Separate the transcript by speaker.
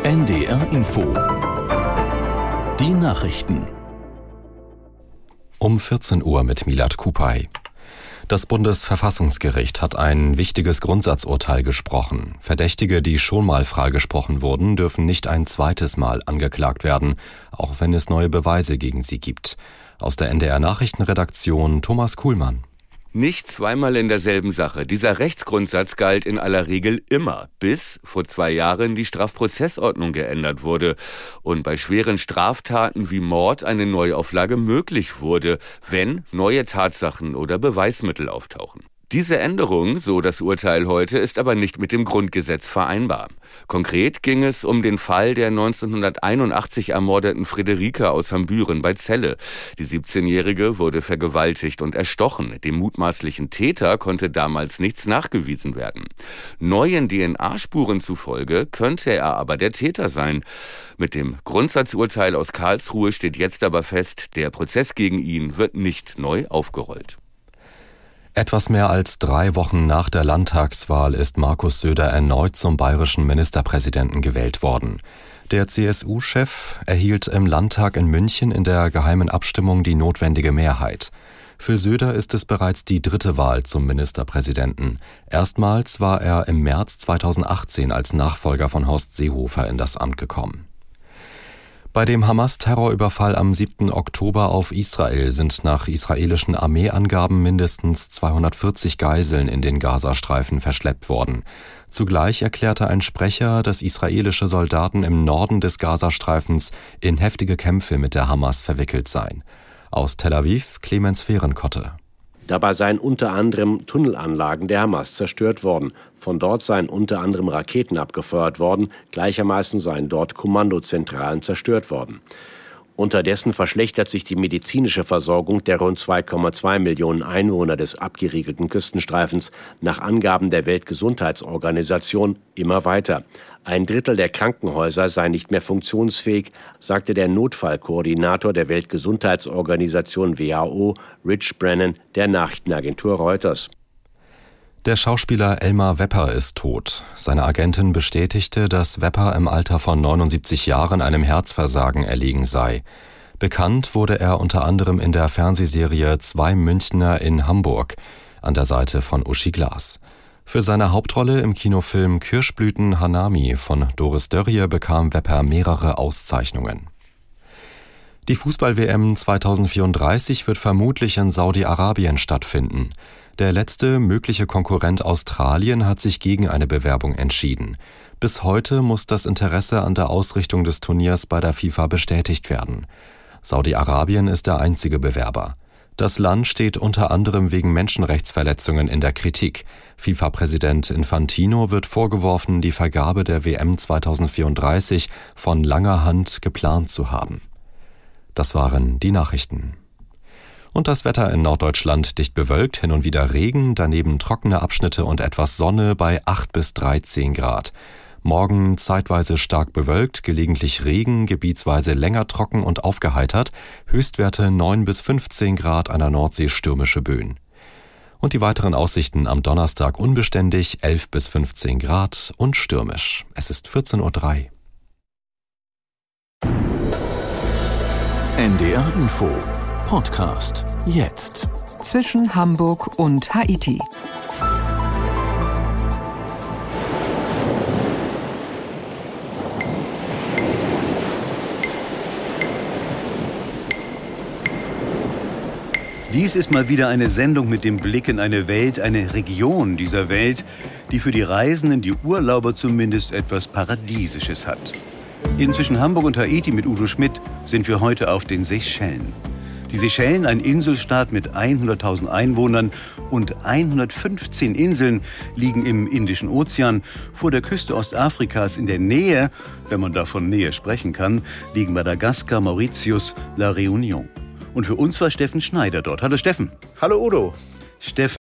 Speaker 1: NDR Info. Die Nachrichten.
Speaker 2: Um 14 Uhr mit Milad Kupay. Das Bundesverfassungsgericht hat ein wichtiges Grundsatzurteil gesprochen. Verdächtige, die schon mal freigesprochen wurden, dürfen nicht ein zweites Mal angeklagt werden, auch wenn es neue Beweise gegen sie gibt. Aus der NDR Nachrichtenredaktion Thomas Kuhlmann.
Speaker 3: Nicht zweimal in derselben Sache. Dieser Rechtsgrundsatz galt in aller Regel immer, bis vor 2 Jahren die Strafprozessordnung geändert wurde und bei schweren Straftaten wie Mord eine Neuauflage möglich wurde, wenn neue Tatsachen oder Beweismittel auftauchen. Diese Änderung, so das Urteil heute, ist aber nicht mit dem Grundgesetz vereinbar. Konkret ging es um den Fall der 1981 ermordeten Friederike aus Hambüren bei Celle. Die 17-Jährige wurde vergewaltigt und erstochen. Dem mutmaßlichen Täter konnte damals nichts nachgewiesen werden. Neuen DNA-Spuren zufolge könnte er aber der Täter sein. Mit dem Grundsatzurteil aus Karlsruhe steht jetzt aber fest, der Prozess gegen ihn wird nicht neu aufgerollt.
Speaker 2: Etwas mehr als 3 Wochen nach der Landtagswahl ist Markus Söder erneut zum bayerischen Ministerpräsidenten gewählt worden. Der CSU-Chef erhielt im Landtag in München in der geheimen Abstimmung die notwendige Mehrheit. Für Söder ist es bereits die 3. Wahl zum Ministerpräsidenten. Erstmals war er im März 2018 als Nachfolger von Horst Seehofer in das Amt gekommen. Bei dem Hamas-Terrorüberfall am 7. Oktober auf Israel sind nach israelischen Armeeangaben mindestens 240 Geiseln in den Gazastreifen verschleppt worden. Zugleich erklärte ein Sprecher, dass israelische Soldaten im Norden des Gazastreifens in heftige Kämpfe mit der Hamas verwickelt seien. Aus Tel Aviv Clemens Fehrenkotte.
Speaker 4: Dabei seien unter anderem Tunnelanlagen der Hamas zerstört worden. Von dort seien unter anderem Raketen abgefeuert worden. Gleichermaßen seien dort Kommandozentralen zerstört worden. Unterdessen verschlechtert sich die medizinische Versorgung der rund 2,2 Millionen Einwohner des abgeriegelten Küstenstreifens nach Angaben der Weltgesundheitsorganisation immer weiter. 1/3 der Krankenhäuser sei nicht mehr funktionsfähig, sagte der Notfallkoordinator der Weltgesundheitsorganisation WHO, Rich Brennan, der Nachrichtenagentur Reuters.
Speaker 2: Der Schauspieler Elmar Wepper ist tot. Seine Agentin bestätigte, dass Wepper im Alter von 79 Jahren einem Herzversagen erlegen sei. Bekannt wurde er unter anderem in der Fernsehserie 2 Münchner in Hamburg an der Seite von Uschi Glas. Für seine Hauptrolle im Kinofilm Kirschblüten Hanami von Doris Dörrie bekam Wepper mehrere Auszeichnungen. Die Fußball-WM 2034 wird vermutlich in Saudi-Arabien stattfinden. Der letzte mögliche Konkurrent Australien hat sich gegen eine Bewerbung entschieden. Bis heute muss das Interesse an der Ausrichtung des Turniers bei der FIFA bestätigt werden. Saudi-Arabien ist der einzige Bewerber. Das Land steht unter anderem wegen Menschenrechtsverletzungen in der Kritik. FIFA-Präsident Infantino wird vorgeworfen, die Vergabe der WM 2034 von langer Hand geplant zu haben. Das waren die Nachrichten. Und das Wetter in Norddeutschland dicht bewölkt, hin und wieder Regen, daneben trockene Abschnitte und etwas Sonne bei 8 bis 13 Grad. Morgen zeitweise stark bewölkt, gelegentlich Regen, gebietsweise länger trocken und aufgeheitert, Höchstwerte 9 bis 15 Grad, an der Nordsee stürmische Böen. Und die weiteren Aussichten am Donnerstag unbeständig, 11 bis 15 Grad und stürmisch. Es ist 14:03 Uhr.
Speaker 1: NDR Info Podcast jetzt.
Speaker 5: Zwischen Hamburg und Haiti.
Speaker 6: Dies ist mal wieder eine Sendung mit dem Blick in eine Welt, eine Region dieser Welt, die für die Reisenden, die Urlauber zumindest etwas Paradiesisches hat. Zwischen Hamburg und Haiti mit Udo Schmidt sind wir heute auf den Seychellen. Die Seychellen, ein Inselstaat mit 100.000 Einwohnern und 115 Inseln, liegen im Indischen Ozean. Vor der Küste Ostafrikas in der Nähe, wenn man davon Nähe sprechen kann, liegen Madagaskar, Mauritius, La Réunion. Und für uns war Steffen Schneider dort. Hallo Steffen.
Speaker 7: Hallo Udo.
Speaker 6: Steffen,